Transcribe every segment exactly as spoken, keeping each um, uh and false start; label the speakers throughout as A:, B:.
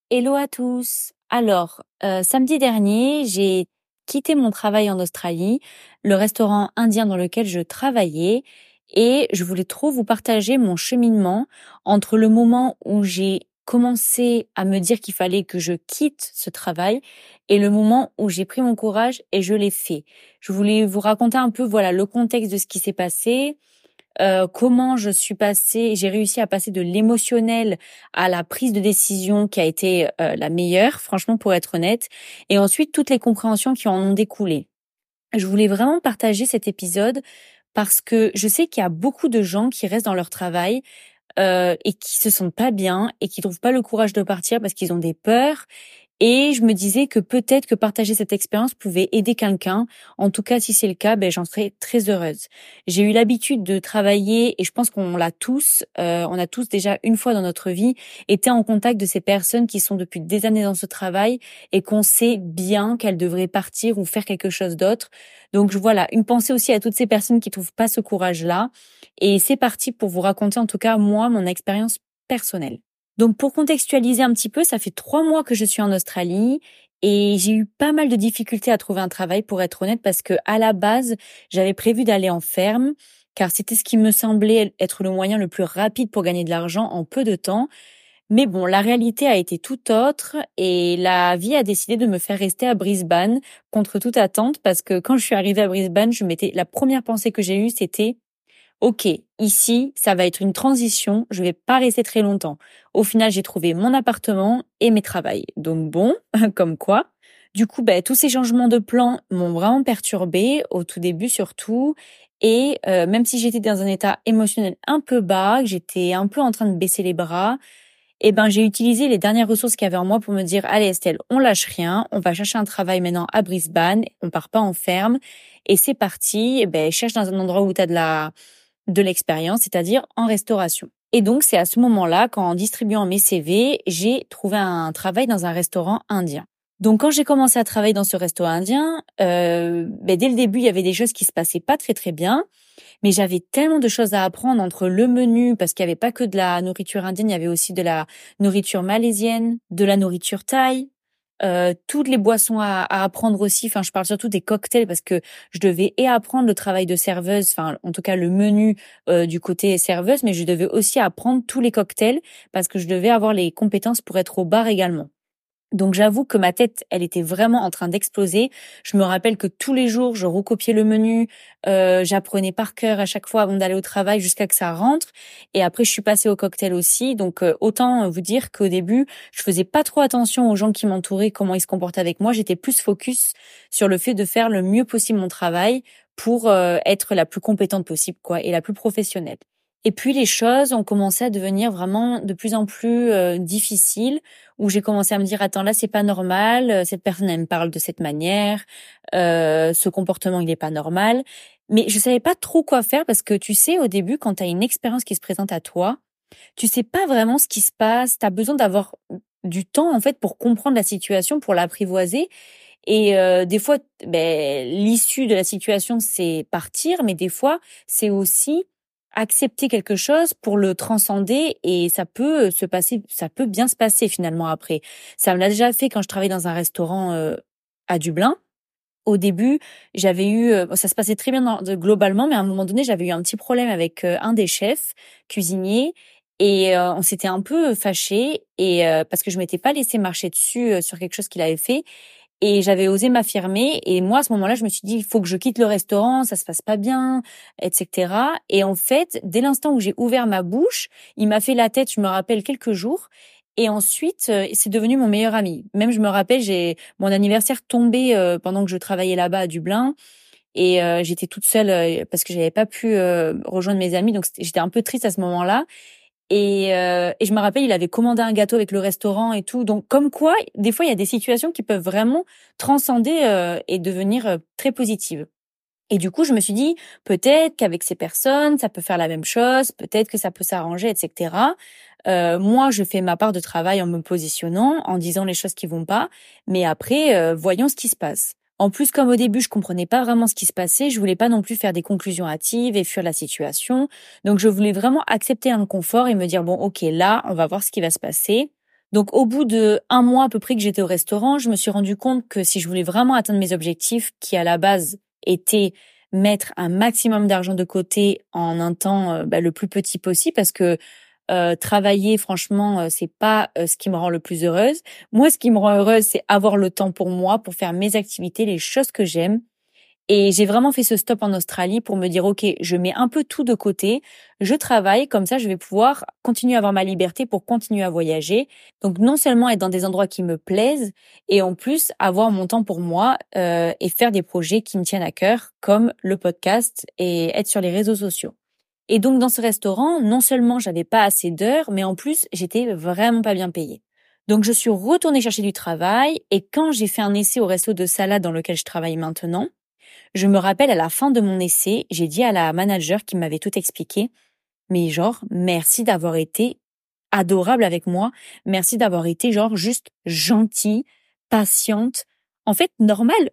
A: Hello à tous. Alors, euh, samedi dernier, j'ai quitté mon travail en Australie, le restaurant indien dans lequel je travaillais, et je voulais trop vous partager mon cheminement entre le moment où j'ai commencé à me dire qu'il fallait que je quitte ce travail et le moment où j'ai pris mon courage et je l'ai fait. Je voulais vous raconter un peu, voilà, le contexte de ce qui s'est passé, euh, comment je suis passée, j'ai réussi à passer de l'émotionnel à la prise de décision qui a été euh, la meilleure, franchement pour être honnête, et ensuite toutes les compréhensions qui en ont découlé. Je voulais vraiment partager cet épisode parce que je sais qu'il y a beaucoup de gens qui restent dans leur travail euh, et qui se sentent pas bien et qui trouvent pas le courage de partir parce qu'ils ont des peurs. Et je me disais que peut-être que partager cette expérience pouvait aider quelqu'un. En tout cas, si c'est le cas, ben j'en serais très heureuse. J'ai eu l'habitude de travailler et je pense qu'on l'a tous, euh, on a tous déjà une fois dans notre vie été en contact de ces personnes qui sont depuis des années dans ce travail et qu'on sait bien qu'elles devraient partir ou faire quelque chose d'autre. Donc voilà, une pensée aussi à toutes ces personnes qui trouvent pas ce courage-là. Et c'est parti pour vous raconter en tout cas moi mon expérience personnelle. Donc pour contextualiser un petit peu, ça fait trois mois que je suis en Australie et j'ai eu pas mal de difficultés à trouver un travail pour être honnête parce que à la base, j'avais prévu d'aller en ferme car c'était ce qui me semblait être le moyen le plus rapide pour gagner de l'argent en peu de temps. Mais bon, la réalité a été tout autre et la vie a décidé de me faire rester à Brisbane contre toute attente parce que quand je suis arrivée à Brisbane, je m'étais, la première pensée que j'ai eue, c'était OK, ici, ça va être une transition, je vais pas rester très longtemps. Au final, j'ai trouvé mon appartement et mes travails. Donc bon, comme quoi. Du coup, ben, tous ces changements de plan m'ont vraiment perturbée, au tout début surtout. Et euh, même si j'étais dans un état émotionnel un peu bas, que j'étais un peu en train de baisser les bras, eh ben, j'ai utilisé les dernières ressources qu'il y avait en moi pour me dire, allez Estelle, on lâche rien, on va chercher un travail maintenant à Brisbane, on part pas en ferme. Et c'est parti, eh ben, cherche dans un endroit où tu as de la de l'expérience, c'est-à-dire en restauration. Et donc, c'est à ce moment-là, qu'en distribuant mes C V, j'ai trouvé un travail dans un restaurant indien. Donc, quand j'ai commencé à travailler dans ce resto indien, euh, ben, dès le début, il y avait des choses qui se passaient pas très très bien, mais j'avais tellement de choses à apprendre entre le menu, parce qu'il y avait pas que de la nourriture indienne, il y avait aussi de la nourriture malaisienne, de la nourriture thaï, euh, toutes les boissons à, à apprendre aussi. Enfin, je parle surtout des cocktails parce que je devais et apprendre le travail de serveuse, enfin, en tout cas le menu euh, du côté serveuse, mais je devais aussi apprendre tous les cocktails parce que je devais avoir les compétences pour être au bar également. Donc j'avoue que ma tête, elle était vraiment en train d'exploser. Je me rappelle que tous les jours, je recopiais le menu, euh, j'apprenais par cœur à chaque fois avant d'aller au travail jusqu'à que ça rentre. Et après, je suis passée au cocktail aussi. Donc euh, autant vous dire qu'au début, je faisais pas trop attention aux gens qui m'entouraient, comment ils se comportaient avec moi. J'étais plus focus sur le fait de faire le mieux possible mon travail pour euh, être la plus compétente possible, quoi, et la plus professionnelle. Et puis les choses ont commencé à devenir vraiment de plus en plus euh, difficiles, où j'ai commencé à me dire attends là c'est pas normal, euh, cette personne elle me parle de cette manière, euh, ce comportement il est pas normal, mais je savais pas trop quoi faire parce que tu sais au début quand tu as une expérience qui se présente à toi, tu sais pas vraiment ce qui se passe, tu as besoin d'avoir du temps en fait pour comprendre la situation, pour l'apprivoiser et euh, des fois ben l'issue de la situation c'est partir, mais des fois c'est aussi accepter quelque chose pour le transcender et ça peut se passer, ça peut bien se passer finalement après. Ça me l'a déjà fait quand je travaillais dans un restaurant euh, à Dublin. Au début, j'avais eu, euh, ça se passait très bien dans- de- globalement, mais à un moment donné, j'avais eu un petit problème avec euh, un des chefs cuisiniers et euh, on s'était un peu fâchés et euh, parce que je m'étais pas laissé marcher dessus euh, sur quelque chose qu'il avait fait. Et j'avais osé m'affirmer. Et moi, à ce moment-là, je me suis dit, il faut que je quitte le restaurant, ça se passe pas bien, et cetera. Et en fait, dès l'instant où j'ai ouvert ma bouche, il m'a fait la tête, je me rappelle, quelques jours. Et ensuite, euh, c'est devenu mon meilleur ami. Même, je me rappelle, j'ai mon anniversaire tombé euh, pendant que je travaillais là-bas à Dublin. Et euh, j'étais toute seule euh, parce que j'avais pas pu euh, rejoindre mes amis. Donc, c'était- j'étais un peu triste à ce moment-là. Et, euh, et je me rappelle, il avait commandé un gâteau avec le restaurant et tout. Donc, comme quoi, des fois, il y a des situations qui peuvent vraiment transcender euh, et devenir euh, très positives. Et du coup, je me suis dit, peut-être qu'avec ces personnes, ça peut faire la même chose, peut-être que ça peut s'arranger, et cetera. Euh, moi, je fais ma part de travail en me positionnant, en disant les choses qui vont pas, mais après, euh, voyons ce qui se passe. En plus, comme au début, je comprenais pas vraiment ce qui se passait, je voulais pas non plus faire des conclusions hâtives et fuir la situation. Donc, je voulais vraiment accepter l'inconfort et me dire, bon, ok, là, on va voir ce qui va se passer. Donc, au bout de un mois à peu près que j'étais au restaurant, je me suis rendu compte que si je voulais vraiment atteindre mes objectifs, qui à la base étaient mettre un maximum d'argent de côté en un temps euh, bah, le plus petit possible, parce que euh, travailler, franchement, euh, c'est pas euh, ce qui me rend le plus heureuse. Moi, ce qui me rend heureuse, c'est avoir le temps pour moi, pour faire mes activités, les choses que j'aime. Et j'ai vraiment fait ce stop en Australie pour me dire, OK, je mets un peu tout de côté, je travaille, comme ça je vais pouvoir continuer à avoir ma liberté pour continuer à voyager. Donc non seulement être dans des endroits qui me plaisent, et en plus avoir mon temps pour moi euh, et faire des projets qui me tiennent à cœur, comme le podcast et être sur les réseaux sociaux. Et donc dans ce restaurant, non seulement j'avais pas assez d'heures, mais en plus j'étais vraiment pas bien payée. Donc je suis retournée chercher du travail, et quand j'ai fait un essai au resto de salade dans lequel je travaille maintenant, je me rappelle à la fin de mon essai, j'ai dit à la manager qui m'avait tout expliqué, mais genre, merci d'avoir été adorable avec moi, merci d'avoir été genre juste gentille, patiente, en fait normale.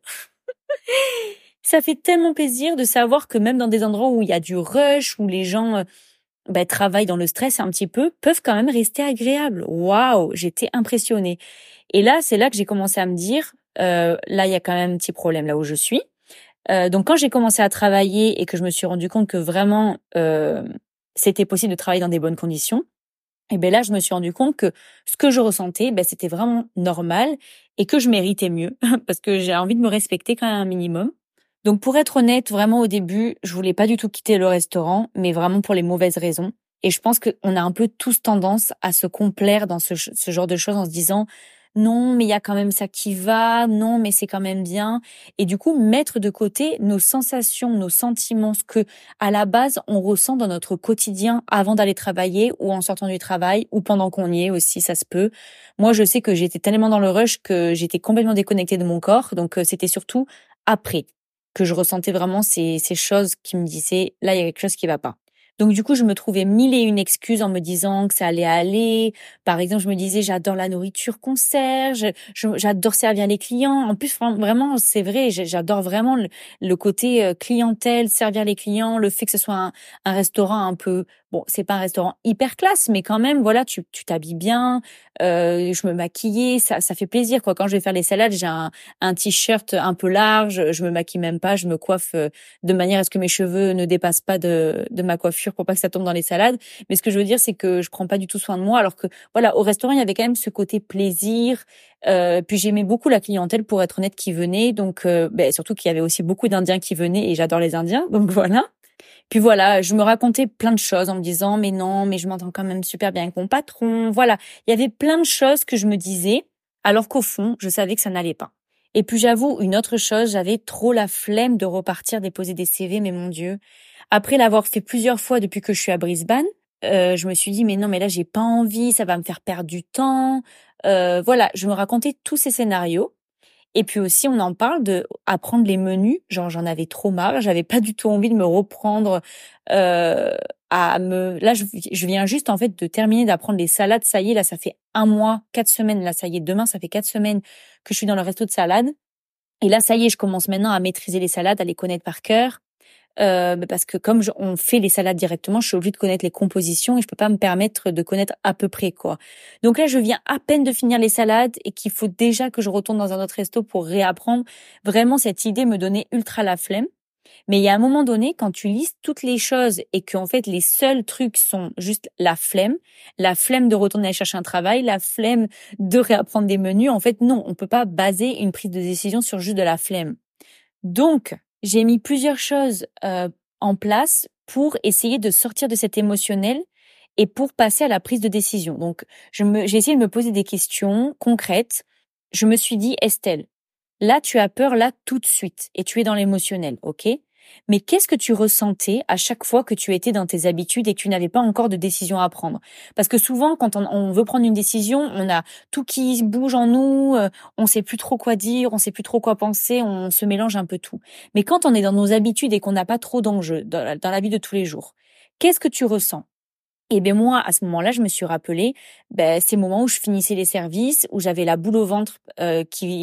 A: Ça fait tellement plaisir de savoir que même dans des endroits où il y a du rush, où les gens euh, bah, travaillent dans le stress un petit peu, peuvent quand même rester agréables. Waouh, j'étais impressionnée. Et là, c'est là que j'ai commencé à me dire, euh, là, il y a quand même un petit problème là où je suis. Euh, donc quand j'ai commencé à travailler et que je me suis rendu compte que vraiment euh, c'était possible de travailler dans des bonnes conditions, et ben là je me suis rendu compte que ce que je ressentais, ben c'était vraiment normal et que je méritais mieux parce que j'ai envie de me respecter quand même un minimum. Donc pour être honnête, vraiment au début, je voulais pas du tout quitter le restaurant, mais vraiment pour les mauvaises raisons. Et je pense qu'on a un peu tous tendance à se complaire dans ce, ce genre de choses en se disant non, mais il y a quand même ça qui va, non, mais c'est quand même bien. Et du coup, mettre de côté nos sensations, nos sentiments, ce que à la base on ressent dans notre quotidien avant d'aller travailler ou en sortant du travail ou pendant qu'on y est aussi, ça se peut. Moi, je sais que j'étais tellement dans le rush que j'étais complètement déconnectée de mon corps, donc euh, c'était surtout après que je ressentais vraiment ces, ces choses qui me disaient, là, il y a quelque chose qui va pas. Donc du coup, je me trouvais mille et une excuses en me disant que ça allait aller. Par exemple, je me disais, j'adore la nourriture qu'on sert, je- je- j'adore servir les clients. En plus, vraiment, c'est vrai, j'adore vraiment le, le côté euh, clientèle, servir les clients, le fait que ce soit un, un restaurant un peu, bon, c'est pas un restaurant hyper classe, mais quand même, voilà, tu tu t'habilles bien, euh, je me maquillais, ça ça fait plaisir quoi. Quand je vais faire les salades, j'ai un, un t-shirt un peu large, je me maquille même pas, je me coiffe euh, de manière à ce que mes cheveux ne dépassent pas de de ma coiffure pour pas que ça tombe dans les salades. Mais ce que je veux dire, c'est que je prends pas du tout soin de moi, alors que voilà, au restaurant, il y avait quand même ce côté plaisir. Euh, puis j'aimais beaucoup la clientèle, pour être honnête, qui venait. Donc, euh, ben, surtout qu'il y avait aussi beaucoup d'Indiens qui venaient et j'adore les Indiens. Donc voilà. Puis voilà, je me racontais plein de choses en me disant, mais non, mais je m'entends quand même super bien avec mon patron. Voilà, il y avait plein de choses que je me disais, alors qu'au fond, je savais que ça n'allait pas. Et puis j'avoue, une autre chose, j'avais trop la flemme de repartir déposer des C V, mais mon Dieu. Après l'avoir fait plusieurs fois depuis que je suis à Brisbane, euh, je me suis dit, mais non, mais là, j'ai pas envie, ça va me faire perdre du temps. Euh, voilà, je me racontais tous ces scénarios. Et puis aussi, on en parle de apprendre les menus. Genre, j'en avais trop marre. J'avais pas du tout envie de me reprendre euh, à me. Là, je, je viens juste en fait de terminer d'apprendre les salades. Ça y est, là, ça fait un mois, quatre semaines. Là, ça y est, demain, ça fait quatre semaines que je suis dans le resto de salade. Et là, ça y est, je commence maintenant à maîtriser les salades, à les connaître par cœur. Euh, parce que comme je, on fait les salades directement, je suis obligée de connaître les compositions et je peux pas me permettre de connaître à peu près quoi. Donc là, je viens à peine de finir les salades et qu'il faut déjà que je retourne dans un autre resto pour réapprendre. Vraiment, cette idée me donnait ultra la flemme. Mais il y a un moment donné, quand tu listes toutes les choses et que en fait les seuls trucs sont juste la flemme, la flemme de retourner chercher un travail, la flemme de réapprendre des menus, en fait non, on peut pas baser une prise de décision sur juste de la flemme. Donc, j'ai mis plusieurs choses euh, en place pour essayer de sortir de cet émotionnel et pour passer à la prise de décision. Donc, je me, j'ai essayé de me poser des questions concrètes. Je me suis dit, Estelle, là, tu as peur là tout de suite et tu es dans l'émotionnel, ok? Mais qu'est-ce que tu ressentais à chaque fois que tu étais dans tes habitudes et que tu n'avais pas encore de décision à prendre? Parce que souvent, quand on, on veut prendre une décision, on a tout qui bouge en nous, euh, on sait plus trop quoi dire, on sait plus trop quoi penser, on se mélange un peu tout. Mais quand on est dans nos habitudes et qu'on n'a pas trop d'enjeux dans la, dans la vie de tous les jours, qu'est-ce que tu ressens? Et ben moi, à ce moment-là, je me suis rappelé ben, ces moments où je finissais les services, où j'avais la boule au ventre euh, qui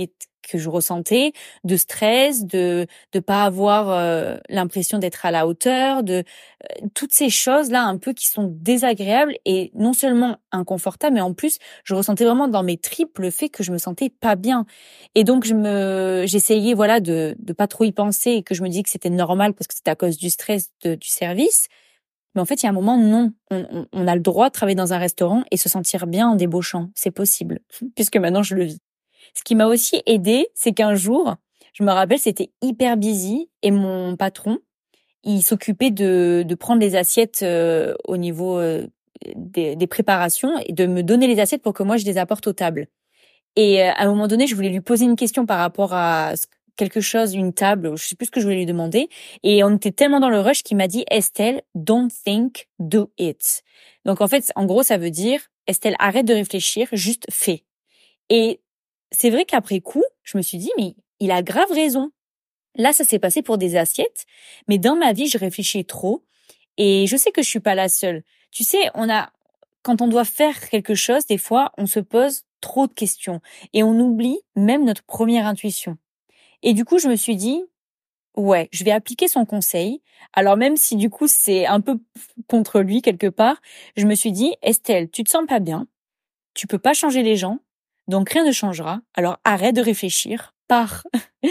A: que je ressentais, de stress, de de pas avoir euh, l'impression d'être à la hauteur, de euh, toutes ces choses là un peu qui sont désagréables et non seulement inconfortables, mais en plus je ressentais vraiment dans mes tripes le fait que je me sentais pas bien. Et donc je me j'essayais voilà de de pas trop y penser et que je me dis que c'était normal parce que c'était à cause du stress de, du service. Mais en fait, il y a un moment, non. On, on, on a le droit de travailler dans un restaurant et se sentir bien en débauchant. C'est possible, puisque maintenant je le vis. Ce qui m'a aussi aidé, c'est qu'un jour, je me rappelle, c'était hyper busy et mon patron, il s'occupait de, de prendre les assiettes euh, au niveau euh, des, des préparations et de me donner les assiettes pour que moi je les apporte aux tables. Et euh, à un moment donné, je voulais lui poser une question par rapport à ce- quelque chose, une table, je sais plus ce que je voulais lui demander. Et on était tellement dans le rush qu'il m'a dit, Estelle, don't think, do it. Donc en fait, en gros, ça veut dire, Estelle, arrête de réfléchir, juste fais. Et c'est vrai qu'après coup, je me suis dit, mais il a grave raison. Là, ça s'est passé pour des assiettes, mais dans ma vie, je réfléchis trop. Et je sais que je suis pas la seule. Tu sais, on a, quand on doit faire quelque chose, des fois, on se pose trop de questions et on oublie même notre première intuition. Et du coup, je me suis dit, ouais, je vais appliquer son conseil. Alors même si du coup, c'est un peu contre lui quelque part, je me suis dit, Estelle, tu te sens pas bien, tu peux pas changer les gens, donc rien ne changera. Alors arrête de réfléchir, pars.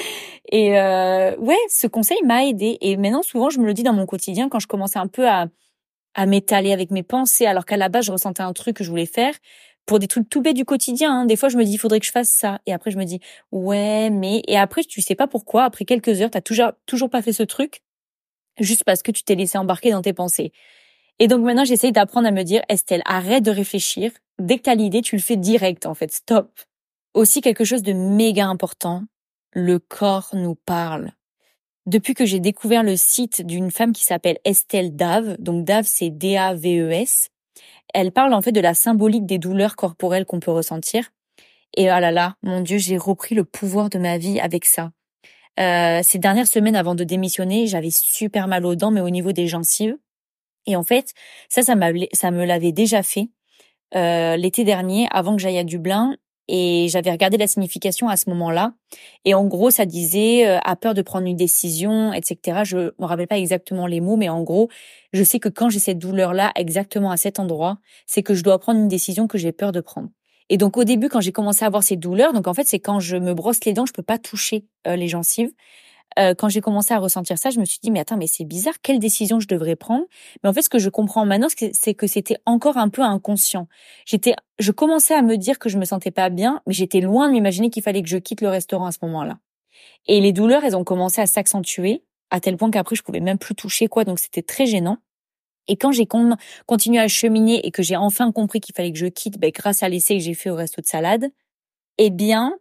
A: Et euh, ouais, ce conseil m'a aidé. Et maintenant, souvent, je me le dis dans mon quotidien quand je commence un peu à à m'étaler avec mes pensées, alors qu'à la base, je ressentais un truc que je voulais faire pour des trucs tout bêtes du quotidien. Hein. Des fois, je me dis, il faudrait que je fasse ça. Et après, je me dis, ouais, mais... Et après, tu sais pas pourquoi, après quelques heures, t'as toujours, toujours pas fait ce truc, juste parce que tu t'es laissé embarquer dans tes pensées. Et donc maintenant, j'essaye d'apprendre à me dire, Estelle, arrête de réfléchir. Dès que t'as l'idée, tu le fais direct, en fait. Stop. Aussi, quelque chose de méga important, le corps nous parle. Depuis que j'ai découvert le site d'une femme qui s'appelle Estelle Dave, donc Dave c'est D A V E S, elle parle en fait de la symbolique des douleurs corporelles qu'on peut ressentir. Et ah là là, mon Dieu, j'ai repris le pouvoir de ma vie avec ça. Euh, ces dernières semaines avant de démissionner, j'avais super mal aux dents, mais au niveau des gencives. Et en fait, ça, ça, m'a, ça me l'avait déjà fait euh, l'été dernier, avant que j'aille à Dublin. Et j'avais regardé la signification à ce moment-là. Et en gros, ça disait euh, a peur de prendre une décision, et cetera. Je me rappelle pas exactement les mots, mais en gros, je sais que quand j'ai cette douleur-là, exactement à cet endroit, c'est que je dois prendre une décision que j'ai peur de prendre. Et donc au début, quand j'ai commencé à avoir ces douleurs, donc en fait, c'est quand je me brosse les dents, je peux pas toucher euh, les gencives. Euh, quand j'ai commencé à ressentir ça, je me suis dit, mais attends, mais c'est bizarre, quelle décision je devrais prendre? Mais en fait, ce que je comprends maintenant, c'est que c'était encore un peu inconscient. J'étais, je commençais à me dire que je me sentais pas bien, mais j'étais loin de m'imaginer qu'il fallait que je quitte le restaurant à ce moment-là. Et les douleurs, elles ont commencé à s'accentuer, à tel point qu'après, je pouvais même plus toucher, quoi, donc c'était très gênant. Et quand j'ai con- continué à cheminer et que j'ai enfin compris qu'il fallait que je quitte, ben, grâce à l'essai que j'ai fait au resto de salade, eh bien,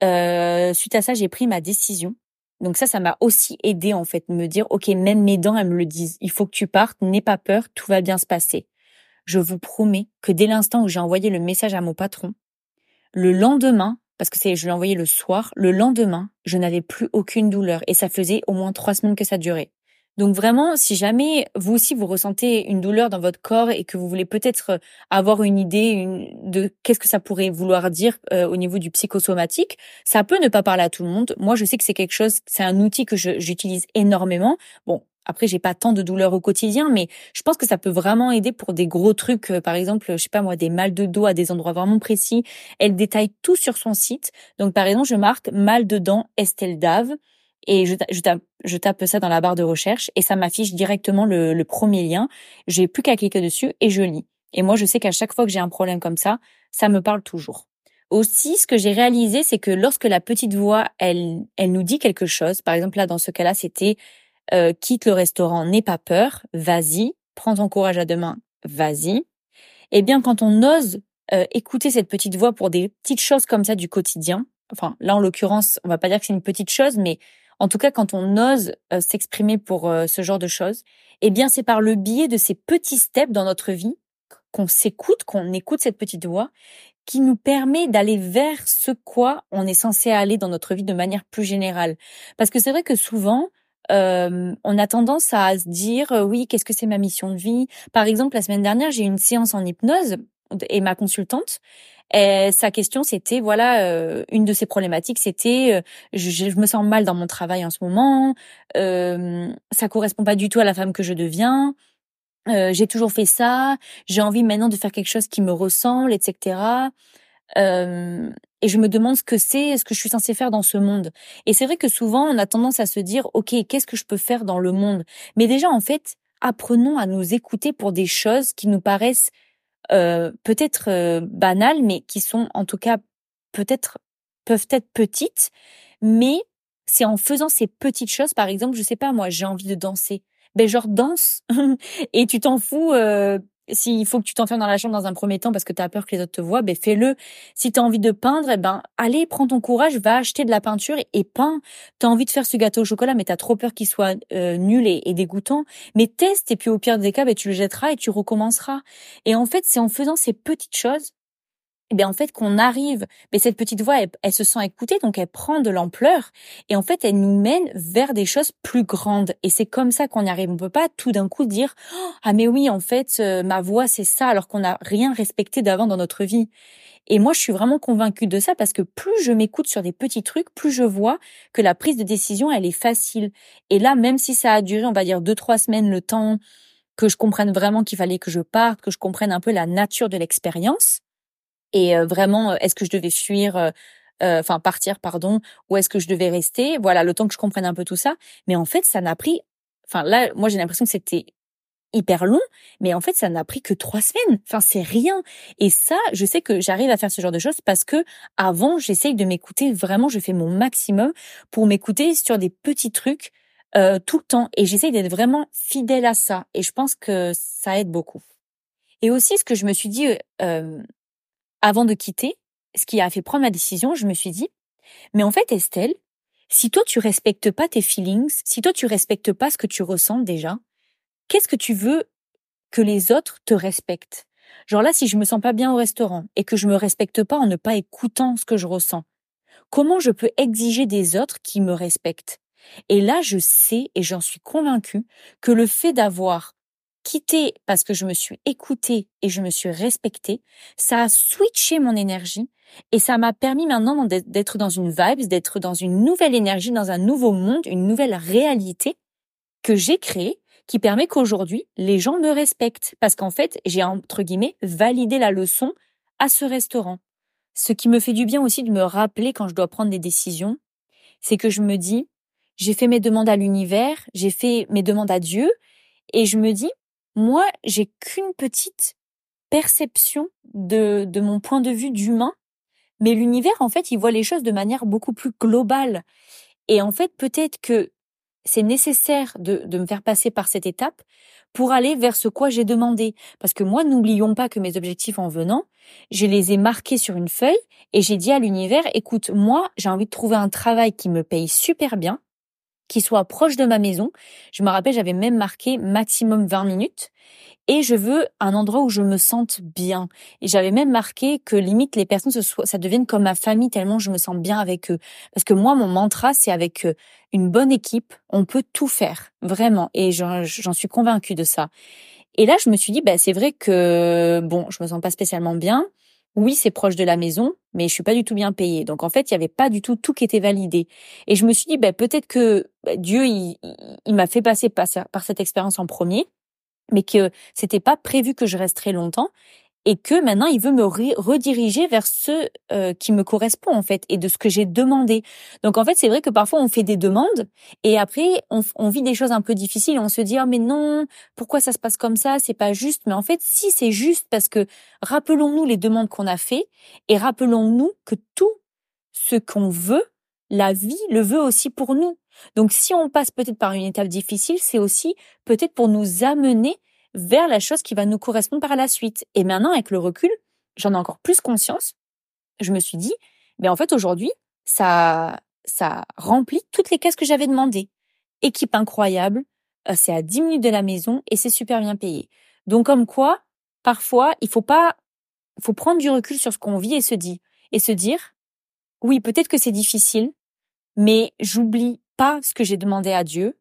A: euh, suite à ça, j'ai pris ma décision. Donc ça, ça m'a aussi aidé en fait, me dire, ok, même mes dents, elles me le disent. Il faut que tu partes, n'aie pas peur, tout va bien se passer. Je vous promets que dès l'instant où j'ai envoyé le message à mon patron, le lendemain, parce que c'est, je l'ai envoyé le soir, le lendemain, je n'avais plus aucune douleur et ça faisait au moins trois semaines que ça durait. Donc vraiment, si jamais vous aussi vous ressentez une douleur dans votre corps et que vous voulez peut-être avoir une idée une, de qu'est-ce que ça pourrait vouloir dire euh, au niveau du psychosomatique, ça peut ne pas parler à tout le monde. Moi, je sais que c'est quelque chose, c'est un outil que je, j'utilise énormément. Bon, après, j'ai pas tant de douleurs au quotidien, mais je pense que ça peut vraiment aider pour des gros trucs. Euh, par exemple, je sais pas moi, des mal de dos à des endroits vraiment précis. Elle détaille tout sur son site. Donc, par exemple, je marque mal de dents Estelle Dave. Et je, je, tape, je tape ça dans la barre de recherche et ça m'affiche directement le, le premier lien. J'ai plus qu'à cliquer dessus et je lis. Et moi, je sais qu'à chaque fois que j'ai un problème comme ça, ça me parle toujours. Aussi, ce que j'ai réalisé, c'est que lorsque la petite voix, elle, elle nous dit quelque chose, par exemple là, dans ce cas-là, c'était euh, quitte le restaurant, n'aie pas peur, vas-y, prends ton courage à deux mains, vas-y. Eh bien, quand on ose euh, écouter cette petite voix pour des petites choses comme ça du quotidien, enfin là en l'occurrence, on va pas dire que c'est une petite chose, mais en tout cas, quand on ose euh, s'exprimer pour euh, ce genre de choses, eh bien, c'est par le biais de ces petits steps dans notre vie qu'on s'écoute, qu'on écoute cette petite voix, qui nous permet d'aller vers ce quoi on est censé aller dans notre vie de manière plus générale. Parce que c'est vrai que souvent, euh, on a tendance à se dire, euh, oui, qu'est-ce que c'est ma mission de vie? Par exemple, la semaine dernière, j'ai eu une séance en hypnose et ma consultante, Et sa question, c'était, voilà, euh, une de ses problématiques, c'était, euh, je, je me sens mal dans mon travail en ce moment, euh, ça correspond pas du tout à la femme que je deviens, euh, j'ai toujours fait ça, j'ai envie maintenant de faire quelque chose qui me ressemble, et cetera. Euh, et je me demande ce que c'est, ce que je suis censée faire dans ce monde. Et c'est vrai que souvent, on a tendance à se dire, OK, qu'est-ce que je peux faire dans le monde? Mais déjà, en fait, apprenons à nous écouter pour des choses qui nous paraissent euh, peut-être euh, banales, mais qui sont en tout cas peut-être peuvent être petites, mais c'est en faisant ces petites choses, par exemple, je sais pas moi, j'ai envie de danser, ben genre danse et tu t'en fous. Euh, s'il faut que tu t'enfermes dans la chambre dans un premier temps parce que tu as peur que les autres te voient, ben fais-le. Si tu as envie de peindre, eh ben allez, prends ton courage, va acheter de la peinture et, et peins. Tu as envie de faire ce gâteau au chocolat, mais tu as trop peur qu'il soit euh, nul et, et dégoûtant, mais teste et puis au pire des cas, ben tu le jetteras et tu recommenceras. Et en fait, c'est en faisant ces petites choses, eh bien en fait qu'on arrive, mais cette petite voix, elle, elle se sent écoutée, donc elle prend de l'ampleur, et en fait elle nous mène vers des choses plus grandes. Et c'est comme ça qu'on y arrive. On peut pas tout d'un coup dire oh, ah mais oui en fait euh, ma voix c'est ça, alors qu'on n'a rien respecté d'avant dans notre vie. Et moi je suis vraiment convaincue de ça parce que plus je m'écoute sur des petits trucs, plus je vois que la prise de décision elle est facile. Et là même si ça a duré on va dire deux trois semaines le temps que je comprenne vraiment qu'il fallait que je parte, que je comprenne un peu la nature de l'expérience. Et euh, vraiment, euh, est-ce que je devais fuir, euh, euh, enfin partir, pardon, ou est-ce que je devais rester? Voilà, le temps que je comprenne un peu tout ça. Mais en fait, ça n'a pris, enfin là, moi j'ai l'impression que c'était hyper long, mais en fait, ça n'a pris que trois semaines. Enfin, c'est rien. Et ça, je sais que j'arrive à faire ce genre de choses parce que avant, j'essaye de m'écouter vraiment. Je fais mon maximum pour m'écouter sur des petits trucs euh, tout le temps, et j'essaye d'être vraiment fidèle à ça. Et je pense que ça aide beaucoup. Et aussi, ce que je me suis dit. Euh, avant de quitter, ce qui a fait prendre ma décision, je me suis dit, mais en fait, Estelle, si toi tu respectes pas tes feelings, si toi tu respectes pas ce que tu ressens déjà, qu'est-ce que tu veux que les autres te respectent? Genre là, si je me sens pas bien au restaurant et que je me respecte pas en ne pas écoutant ce que je ressens, comment je peux exiger des autres qui me respectent? Et là, je sais et j'en suis convaincue que le fait d'avoir quitté parce que je me suis écoutée et je me suis respectée, ça a switché mon énergie et ça m'a permis maintenant d'être dans une vibe, d'être dans une nouvelle énergie, dans un nouveau monde, une nouvelle réalité que j'ai créée qui permet qu'aujourd'hui, les gens me respectent parce qu'en fait, j'ai entre guillemets validé la leçon à ce restaurant. Ce qui me fait du bien aussi de me rappeler quand je dois prendre des décisions, c'est que je me dis, j'ai fait mes demandes à l'univers, j'ai fait mes demandes à Dieu, et je me dis, moi, j'ai qu'une petite perception de, de mon point de vue d'humain, mais l'univers, en fait, il voit les choses de manière beaucoup plus globale. Et en fait, peut-être que c'est nécessaire de, de me faire passer par cette étape pour aller vers ce quoi j'ai demandé. Parce que moi, n'oublions pas que mes objectifs en venant, je les ai marqués sur une feuille et j'ai dit à l'univers, écoute, moi, j'ai envie de trouver un travail qui me paye super bien, qui soit proche de ma maison. Je me rappelle, j'avais même marqué maximum vingt minutes. Et je veux un endroit où je me sente bien. Et j'avais même marqué que limite les personnes, ce soit, ça devienne comme ma famille tellement je me sens bien avec eux. Parce que moi, mon mantra, c'est avec une bonne équipe, on peut tout faire. Vraiment. Et j'en, j'en suis convaincue de ça. Et là, je me suis dit, bah, c'est vrai que, bon, je me sens pas spécialement bien. Oui, c'est proche de la maison, mais je suis pas du tout bien payée. Donc, en fait, il y avait pas du tout tout qui était validé. Et je me suis dit, bah, peut-être que bah, Dieu, il, il m'a fait passer par, par cette expérience en premier, mais que c'était pas prévu que je reste très longtemps et que maintenant il veut me rediriger vers ce euh, qui me correspond en fait et de ce que j'ai demandé. Donc en fait, c'est vrai que parfois on fait des demandes et après on, on vit des choses un peu difficiles et on se dit "Oh mais non, pourquoi ça se passe comme ça, c'est pas juste." Mais en fait, si c'est juste parce que rappelons-nous les demandes qu'on a fait et rappelons-nous que tout ce qu'on veut, la vie le veut aussi pour nous. Donc si on passe peut-être par une étape difficile, c'est aussi peut-être pour nous amener vers la chose qui va nous correspondre par la suite. Et maintenant, avec le recul, j'en ai encore plus conscience. Je me suis dit, mais en fait aujourd'hui, ça, ça remplit toutes les cases que j'avais demandées. Équipe incroyable, c'est à dix minutes de la maison et c'est super bien payé. Donc comme quoi, parfois, il faut pas, il faut prendre du recul sur ce qu'on vit et se dit, et se dire, oui, peut-être que c'est difficile, mais j'oublie pas ce que j'ai demandé à Dieu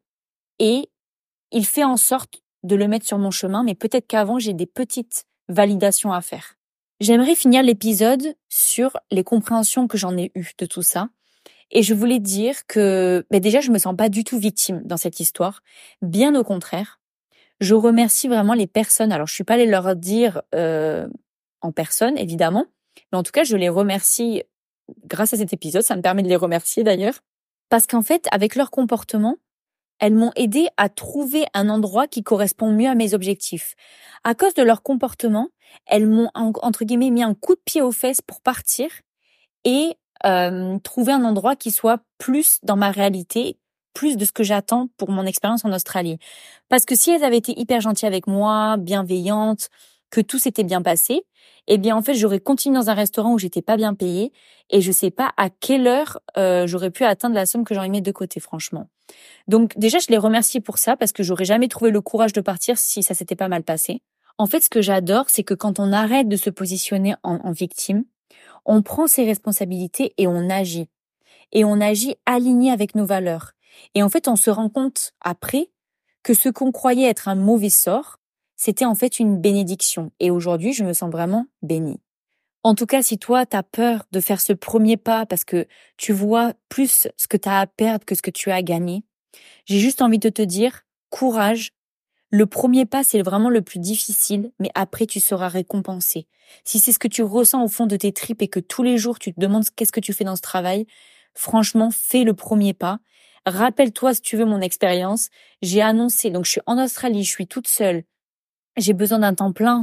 A: et il fait en sorte de le mettre sur mon chemin, mais peut-être qu'avant, j'ai des petites validations à faire. J'aimerais finir l'épisode sur les compréhensions que j'en ai eues de tout ça. Et je voulais dire que bah déjà, je me sens pas du tout victime dans cette histoire. Bien au contraire. Je remercie vraiment les personnes. Alors, je suis pas allée leur dire euh, en personne, évidemment. Mais en tout cas, je les remercie grâce à cet épisode. Ça me permet de les remercier d'ailleurs. Parce qu'en fait, avec leur comportement, elles m'ont aidé à trouver un endroit qui correspond mieux à mes objectifs. À cause de leur comportement, elles m'ont, entre guillemets, mis un coup de pied aux fesses pour partir et euh, trouver un endroit qui soit plus dans ma réalité, plus de ce que j'attends pour mon expérience en Australie. Parce que si elles avaient été hyper gentilles avec moi, bienveillantes, que tout s'était bien passé, eh bien en fait j'aurais continué dans un restaurant où j'étais pas bien payée et je sais pas à quelle heure euh, j'aurais pu atteindre la somme que j'aurais mis de côté, franchement. Donc déjà, je les remercie pour ça parce que j'aurais jamais trouvé le courage de partir si ça s'était pas mal passé. En fait, ce que j'adore, c'est que quand on arrête de se positionner en, en victime, on prend ses responsabilités et on agit. Et on agit aligné avec nos valeurs. Et en fait, on se rend compte après que ce qu'on croyait être un mauvais sort, c'était en fait une bénédiction. Et aujourd'hui, je me sens vraiment bénie. En tout cas, si toi, t'as peur de faire ce premier pas parce que tu vois plus ce que t'as à perdre que ce que tu as à gagner, j'ai juste envie de te dire, courage. Le premier pas, c'est vraiment le plus difficile, mais après, tu seras récompensé. Si c'est ce que tu ressens au fond de tes tripes et que tous les jours, tu te demandes qu'est-ce que tu fais dans ce travail, franchement, fais le premier pas. Rappelle-toi, si tu veux, mon expérience. J'ai annoncé, donc je suis en Australie, je suis toute seule. J'ai besoin d'un temps plein.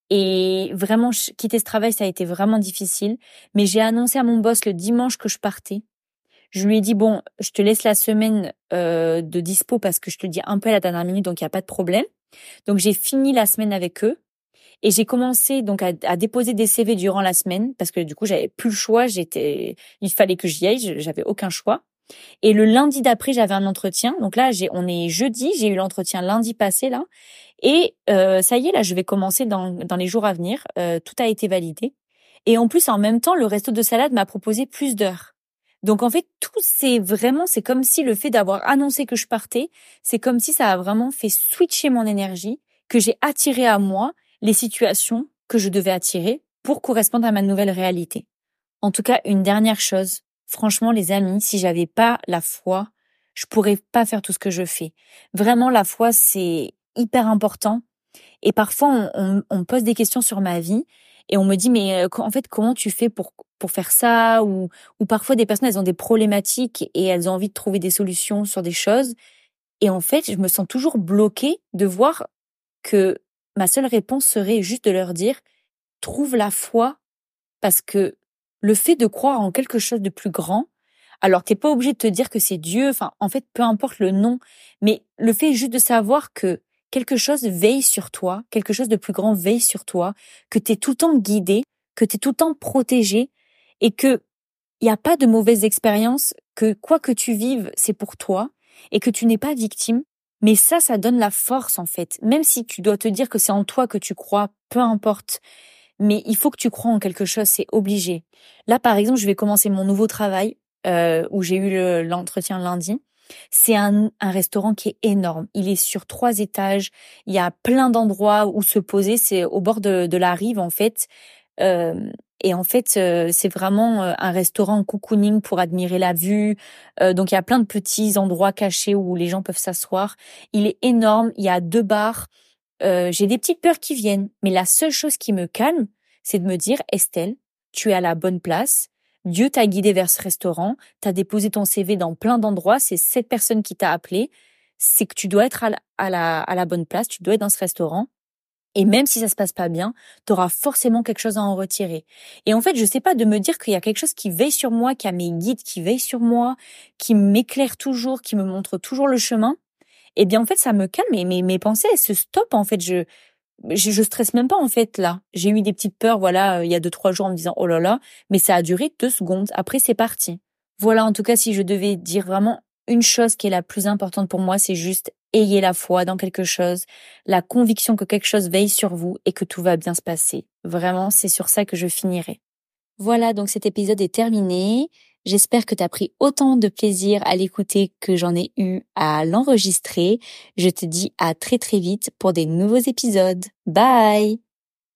A: Et vraiment, quitter ce travail, ça a été vraiment difficile. Mais j'ai annoncé à mon boss le dimanche que je partais. Je lui ai dit, bon, je te laisse la semaine euh, de dispo parce que je te le dis un peu à la dernière minute, donc il n'y a pas de problème. Donc j'ai fini la semaine avec eux et j'ai commencé donc à, à déposer des C V durant la semaine parce que du coup j'avais plus le choix, j'étais, il fallait que j'y aille, j'avais aucun choix. Et le lundi d'après j'avais un entretien, donc là j'ai, on est jeudi, j'ai eu l'entretien lundi passé là, et euh, ça y est là je vais commencer dans dans les jours à venir. Euh, tout a été validé et en plus en même temps le resto de salade m'a proposé plus d'heures. Donc en fait, tout c'est vraiment, c'est comme si le fait d'avoir annoncé que je partais, c'est comme si ça a vraiment fait switcher mon énergie, que j'ai attiré à moi les situations que je devais attirer pour correspondre à ma nouvelle réalité. En tout cas, une dernière chose, franchement les amis, si j'avais pas la foi, je pourrais pas faire tout ce que je fais. Vraiment, la foi, c'est hyper important. Et parfois, on, on, on me pose des questions sur ma vie et on me dit, mais euh, en fait, comment tu fais pour pour faire ça ou, ou parfois, des personnes, elles ont des problématiques et elles ont envie de trouver des solutions sur des choses. Et en fait, je me sens toujours bloquée de voir que ma seule réponse serait juste de leur dire, trouve la foi parce que le fait de croire en quelque chose de plus grand, alors t'es pas obligé de te dire que c'est Dieu, enfin, en fait, peu importe le nom, mais le fait juste de savoir que quelque chose veille sur toi, quelque chose de plus grand veille sur toi, que t'es tout le temps guidé, que t'es tout le temps protégé, et que il n'y a pas de mauvaise expérience, que quoi que tu vives, c'est pour toi, et que tu n'es pas victime. Mais ça, ça donne la force, en fait. Même si tu dois te dire que c'est en toi que tu crois, peu importe. Mais il faut que tu crois en quelque chose, c'est obligé. Là, par exemple, je vais commencer mon nouveau travail, euh, où j'ai eu le, l'entretien lundi. C'est un, un restaurant qui est énorme. Il est sur trois étages. Il y a plein d'endroits où se poser. C'est au bord de, de la rive, en fait. Euh, et en fait, euh, c'est vraiment euh, un restaurant cocooning pour admirer la vue. Euh, donc, il y a plein de petits endroits cachés où les gens peuvent s'asseoir. Il est énorme. Il y a deux bars. Euh, j'ai des petites peurs qui viennent. Mais la seule chose qui me calme, c'est de me dire, Estelle, tu es à la bonne place. Dieu t'a guidé vers ce restaurant. T'as déposé ton C V dans plein d'endroits. C'est cette personne qui t'a appelé. C'est que tu dois être à la, à la, à la bonne place. Tu dois être dans ce restaurant. Et même si ça se passe pas bien, tu auras forcément quelque chose à en retirer. Et en fait, je sais pas, de me dire qu'il y a quelque chose qui veille sur moi, qui a mes guides qui veillent sur moi, qui m'éclaire toujours, qui me montre toujours le chemin. Eh bien, en fait, ça me calme et mes, mes pensées, elles se stoppent, en fait. Je, je, je stresse même pas, en fait, là. J'ai eu des petites peurs, voilà, euh, il y a deux, trois jours en me disant, oh là là, mais ça a duré deux secondes. Après, c'est parti. Voilà, en tout cas, si je devais dire vraiment une chose qui est la plus importante pour moi, c'est juste ayez la foi dans quelque chose, la conviction que quelque chose veille sur vous et que tout va bien se passer. Vraiment, c'est sur ça que je finirai. Voilà, donc cet épisode est terminé. J'espère que tu as pris autant de plaisir à l'écouter que j'en ai eu à l'enregistrer. Je te dis à très très vite pour des nouveaux épisodes. Bye!